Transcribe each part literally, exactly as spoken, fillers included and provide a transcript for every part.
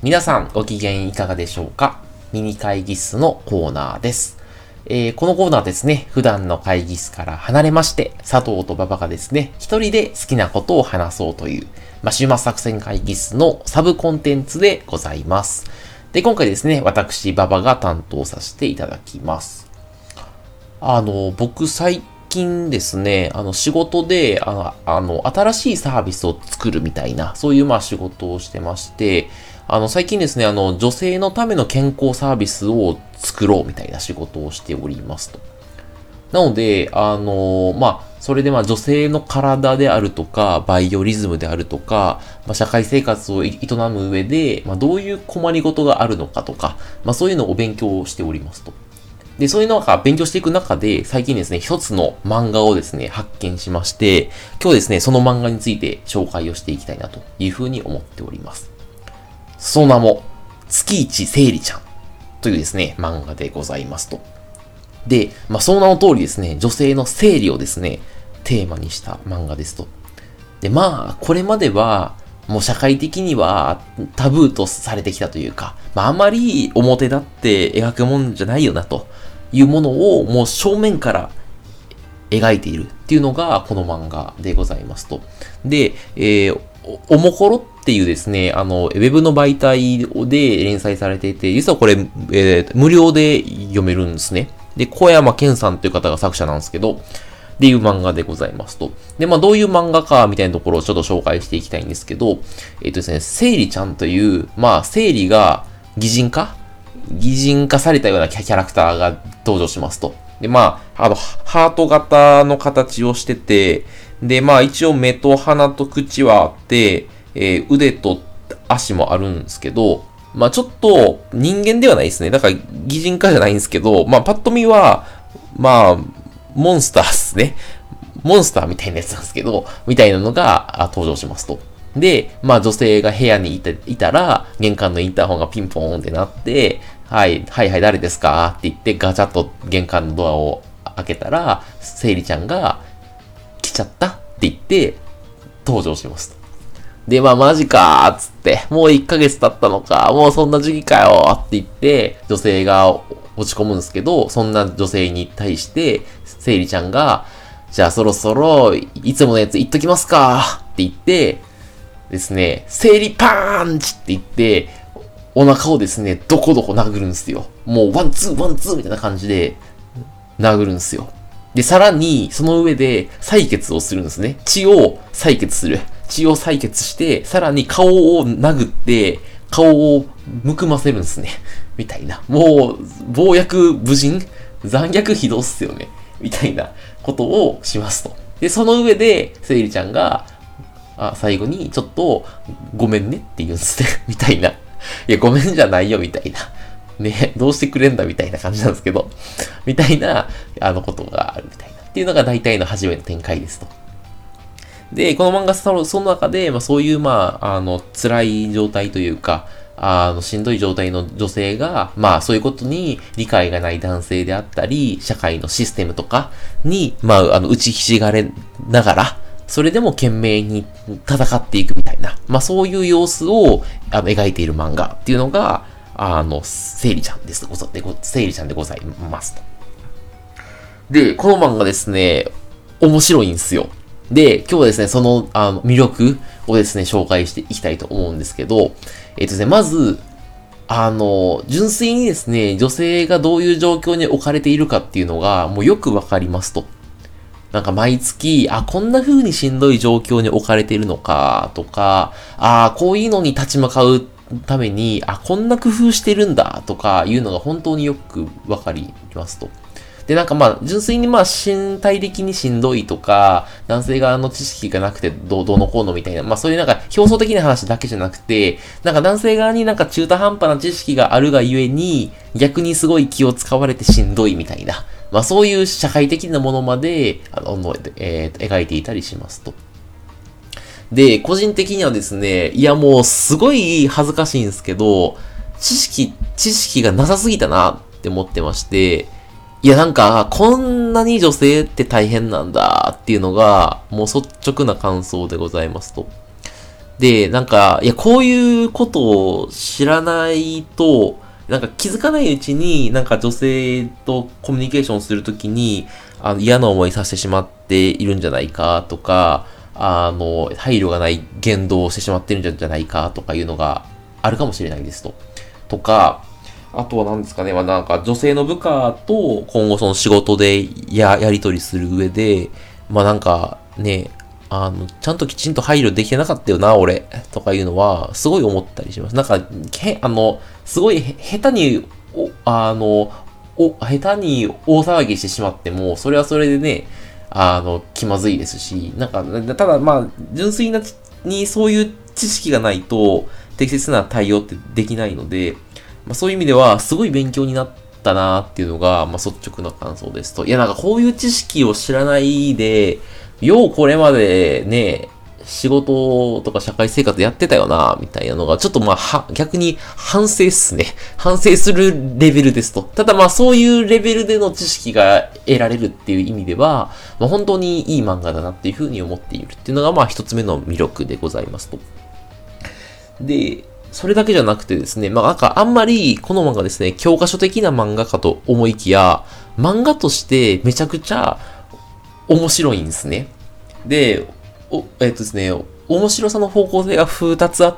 皆さんご機嫌いかがでしょうか？ミニ会議室のコーナーです。えー、このコーナーですね、普段の会議室から離れまして、佐藤と馬場がですね、一人で好きなことを話そうという、まあ、週末作戦会議室のサブコンテンツでございます。で、今回ですね、私、馬場が担当させていただきます。あの、僕最近ですね、あの仕事で、あの、あの新しいサービスを作るみたいな、そういうまあ仕事をしてまして、あの、最近ですね、あの、女性のための健康サービスを作ろうみたいな仕事をしておりますと。なので、あの、まあ、それでまあ女性の体であるとか、バイオリズムであるとか、まあ、社会生活を営む上で、まあ、どういう困りごとがあるのかとか、まあ、そういうのを勉強しておりますと。で、そういうのが勉強していく中で、最近ですね、一つの漫画をですね、発見しまして、今日ですね、その漫画について紹介をしていきたいなというふうに思っております。その名も、月一生理ちゃんというですね、漫画でございますと。で、まあ、その名の通りですね、女性の生理をですね、テーマにした漫画ですと。で、まあ、これまでは、もう社会的にはタブーとされてきたというか、まあ、あまり表立って描くもんじゃないよなというものをもう正面から描いているっていうのがこの漫画でございますと。で、えー、おもころっていうですね、あの、ウェブの媒体で連載されていて、実はこれ、えー、無料で読めるんですね。で、小山健さんという方が作者なんですけど、っていう漫画でございますと。で、まあ、どういう漫画かみたいなところをちょっと紹介していきたいんですけど、えっとですね、生理ちゃんという、まあ、生理が擬人化擬人化されたようなキャラクターが登場しますと。で、まあ、あの、ハート型の形をしてて、で、まあ、一応目と鼻と口はあって、えー、腕と足もあるんですけど、まあ、ちょっと人間ではないですね。だから擬人化じゃないんですけど、まあ、パッと見は、まあ、モンスターですね。モンスターみたいなやつなんですけど、みたいなのが登場しますと。で、まあ女性が部屋にいたいたら、玄関のインターホンがピンポーンってなって、はい、はいはい誰ですかって言ってガチャッと玄関のドアを開けたら、セイリちゃんが来ちゃったって言って登場しますと。で、まあマジかーっつって、もういっかげつ経ったのか、もうそんな時期かよーって言って、女性が落ち込むんですけど、そんな女性に対して、セイリちゃんが、じゃあそろそろ、いつものやつ言っときますかって言って、ですね、生理パーンチって言って、お腹をですね、どこどこ殴るんですよ。もうワンツーワンツーみたいな感じで殴るんですよ。で、さらに、その上で採血をするんですね。血を採血する。血を採血して、さらに顔を殴って、顔をむくませるんですね。みたいな。もう、暴虐無人残虐非道っすよね。みたいなことをしますと。で、その上で、セイリちゃんが、あ、最後に、ちょっと、ごめんねって言うんですね。みたいな。いや、ごめんじゃないよ、みたいな。ね、どうしてくれんだ、みたいな感じなんですけど。みたいな、あの、ことがあるみたいな。っていうのが大体の初めの展開ですと。で、この漫画、その中で、まあ、そういう、まあ、あの、辛い状態というか、あの、しんどい状態の女性が、まあ、そういうことに理解がない男性であったり、社会のシステムとかに、まあ、あの、打ちひしがれながら、それでも懸命に戦っていくみたいな、まあ、そういう様子をあの描いている漫画っていうのが、あの、セイリちゃんです。で、セイリちゃんでございますと。で、この漫画ですね、面白いんですよ。で、今日はですね、その、あの、魅力をですね、紹介していきたいと思うんですけど、えっとですね、まず、あの、純粋にですね、女性がどういう状況に置かれているかっていうのが、もうよくわかりますと。なんか毎月、あ、こんな風にしんどい状況に置かれているのか、とか、あ、こういうのに立ち向かうために、あ、こんな工夫してるんだ、とかいうのが本当によくわかりますと。で、なんかまあ、純粋にまあ、身体的にしんどいとか、男性側の知識がなくてどう、どうのこうのみたいな、まあそういうなんか表層的な話だけじゃなくて、なんか男性側になんか中途半端な知識があるがゆえに、逆にすごい気を使われてしんどいみたいな、まあそういう社会的なものまで、あの、えー、描いていたりしますと。で、個人的にはですね、いやもうすごい恥ずかしいんですけど、知識、知識がなさすぎたなって思ってまして、いやなんか、こんなに女性って大変なんだっていうのが、もう率直な感想でございますと。 で、なんか、いや、こういうことを知らないと、なんか気づかないうちに、なんか女性とコミュニケーションするときに、あの、嫌な思いさせてしまっているんじゃないかとか、あの、配慮がない言動をしてしまってるんじゃないかとかいうのがあるかもしれないですと。とか、あとは何ですかね、まあ、なんか女性の部下と今後その仕事でや、やり取りする上で、まあなんかね、あの、ちゃんときちんと配慮できてなかったよな、俺、とかいうのは、すごい思ったりします。なんか、け、あの、すごい下手に、お、あの、お、下手に大騒ぎしてしまっても、それはそれでね、あの、気まずいですし、なんか、ただまあ、純粋なにそういう知識がないと、適切な対応ってできないので、まあ、そういう意味では、すごい勉強になったなっていうのが、まあ、率直な感想ですと。いや、なんかこういう知識を知らないで、ようこれまでね、仕事とか社会生活やってたよな、みたいなのが、ちょっとまあ、は、逆に反省っすね。反省するレベルですと。ただまあ、そういうレベルでの知識が得られるっていう意味では、まあ、本当にいい漫画だなっていうふうに思っているっていうのが、まあ、一つ目の魅力でございますと。で、それだけじゃなくてですね、まあなんかあんまりこの漫画ですね、教科書的な漫画かと思いきや、漫画としてめちゃくちゃ面白いんですね。で、おえっとですね、面白さの方向性がふたつあって、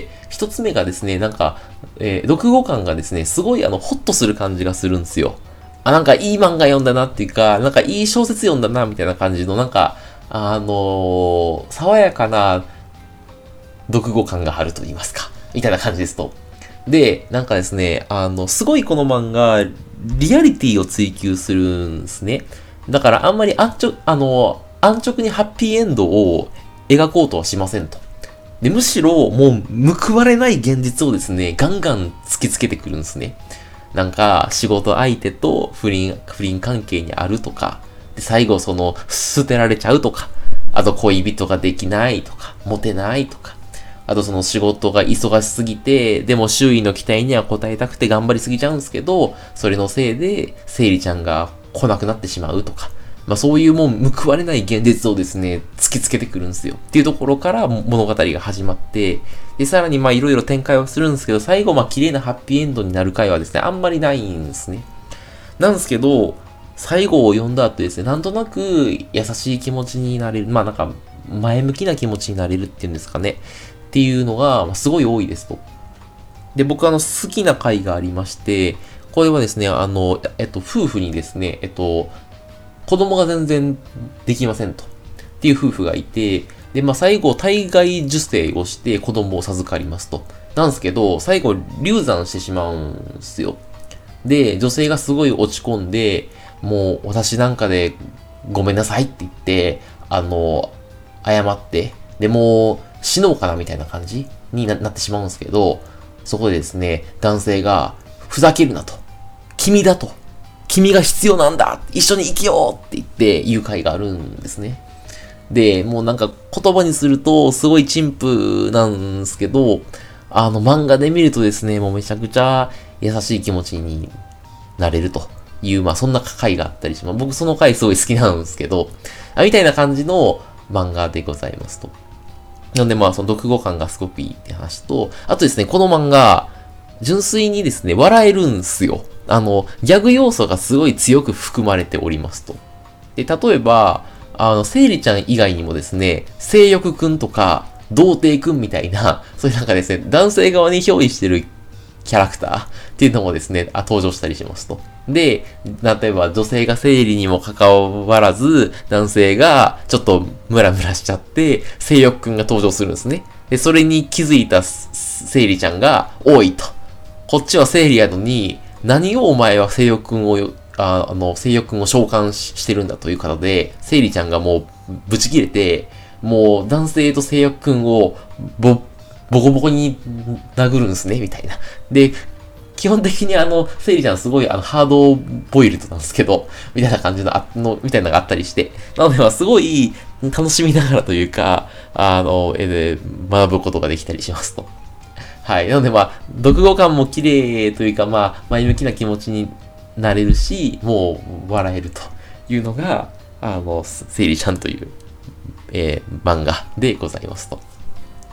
ひとつめがですね、なんか、えー、読後感がですね、すごいあの、ホッとする感じがするんですよ。あ、なんかいい漫画読んだなっていうか、なんかいい小説読んだな、みたいな感じの、なんか、あのー、爽やかな読後感があると言いますか。みたいな感じですと。で、なんかですね、あの、すごいこの漫画、リアリティを追求するんですね。だからあんまり安直、あの、安直にハッピーエンドを描こうとはしませんと。で、むしろもう報われない現実をですね、ガンガン突きつけてくるんですね。なんか、仕事相手と不倫、不倫関係にあるとか、で、最後その、捨てられちゃうとか、あと恋人ができないとか、モテないとか、あとその仕事が忙しすぎて、でも周囲の期待には応えたくて頑張りすぎちゃうんですけど、それのせいで、セイリちゃんが来なくなってしまうとか、まあそういうもう報われない現実をですね、突きつけてくるんですよ。っていうところから物語が始まって、で、さらにまあいろいろ展開はするんですけど、最後まあ綺麗なハッピーエンドになる回はですね、あんまりないんですね。なんですけど、最後を読んだ後ですね、なんとなく優しい気持ちになれる、まあなんか前向きな気持ちになれるっていうんですかね。っていうのがすごい多いですと。で、僕あの好きな回がありまして、これはですね、あの、えっと、夫婦にですね、えっと、子供が全然できませんと。っていう夫婦がいて、で、まあ最後、体外受精をして子供を授かりますと。なんですけど、最後、流産してしまうんですよ。で、女性がすごい落ち込んで、もう私なんかでごめんなさいって言って、あの、謝って、で、もう死のうかなみたいな感じに な, なってしまうんですけど、そこでですね、男性が、ふざけるなと。君だと。君が必要なんだ一緒に生きようって言って言う回があるんですね。で、もうなんか言葉にするとすごい陳腐なんですけど、あの漫画で見るとですね、もうめちゃくちゃ優しい気持ちになれるという、まあそんな回があったりします。僕その回すごい好きなんですけど、みたいな感じの漫画でございますと。なのでまあその読後感がすごくいいって話と、あとですね、この漫画、純粋にですね、笑えるんすよ。あの、ギャグ要素がすごい強く含まれておりますと。で、例えば、あの、セイリちゃん以外にもですね、性欲くんとか、童貞くんみたいな、そういうなんかですね、男性側に憑依してるキャラクターっていうのもですね、あ登場したりしますと。で、例えば女性が生理にも関わらず、男性がちょっとムラムラしちゃって、性欲くんが登場するんですね。で、それに気づいた生理ちゃんが、おいと。こっちは生理やのに、何をお前は性欲くんを、ああの、性欲くんを召喚してるんだという方で、生理ちゃんがもう、ブチ切れて、もう男性と性欲くんを、ぼ、ボコボコに殴るんですね、みたいな。で、基本的にあの、セイリちゃんすごいあの、ハードボイルドなんですけど、みたいな感じの、あの、みたいなのがあったりして。なので、まあ、すごい楽しみながらというか、あの、えー、学ぶことができたりしますと。はい。なので、まあ、読後感も綺麗というか、まあ、前向きな気持ちになれるし、もう、笑えるというのが、あの、セイリちゃんという、えー、漫画でございますと。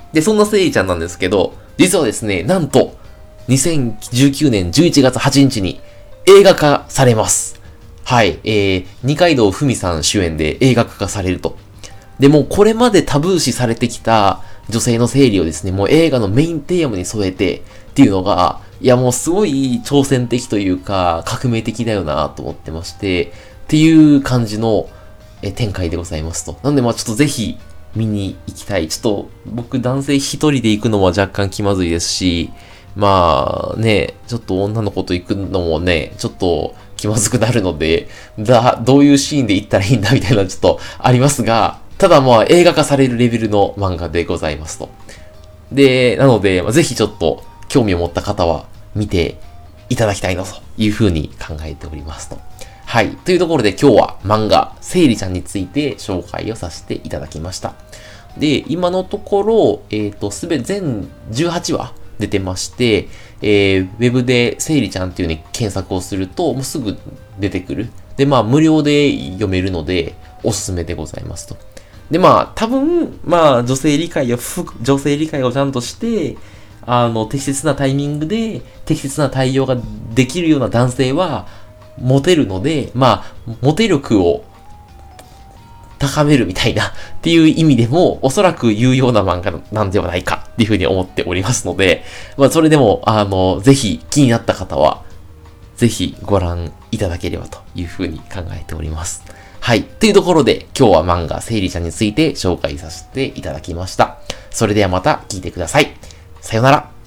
で、そんなセイリちゃんなんですけど、実はですね、なんと、にせんじゅうきゅうねんじゅういちがつはちにちに映画化されます。はい、えー、二階堂ふみさん主演で映画化されると。で、もうこれまでタブー視されてきた女性の生理をですね、もう映画のメインテーマに添えてっていうのが、いやもうすごい挑戦的というか、革命的だよなと思ってまして、っていう感じのえ展開でございますと。なのでまあちょっとぜひ見に行きたい。ちょっと僕男性一人で行くのは若干気まずいですし、まあね、ちょっと女の子と行くのもね、ちょっと気まずくなるので、だ、どういうシーンで行ったらいいんだみたいなちょっとありますが、ただまあ映画化されるレベルの漫画でございますと。で、なので、まあ、ぜひちょっと興味を持った方は見ていただきたいなというふうに考えておりますと。はい。というところで今日は漫画、セイリちゃんについて紹介をさせていただきました。で、今のところ、えっと、すべて全じゅうはちわ出てまして、えー、ウェブでセイリちゃんっていうね、検索をすると、もうすぐ出てくる。で、まあ、無料で読めるので、おすすめでございますと。で、まあ、多分、まあ、女性理解を、女性理解をちゃんとして、あの、適切なタイミングで、適切な対応ができるような男性は、モテるので、まあ、モテ力を高めるみたいなっていう意味でも、おそらく有用な漫画なんではないかっていうふうに思っておりますので、まあ、それでも、あの、ぜひ気になった方は、ぜひご覧いただければというふうに考えております。はい。というところで、今日は漫画、セイリちゃんについて紹介させていただきました。それではまた聞いてください。さよなら。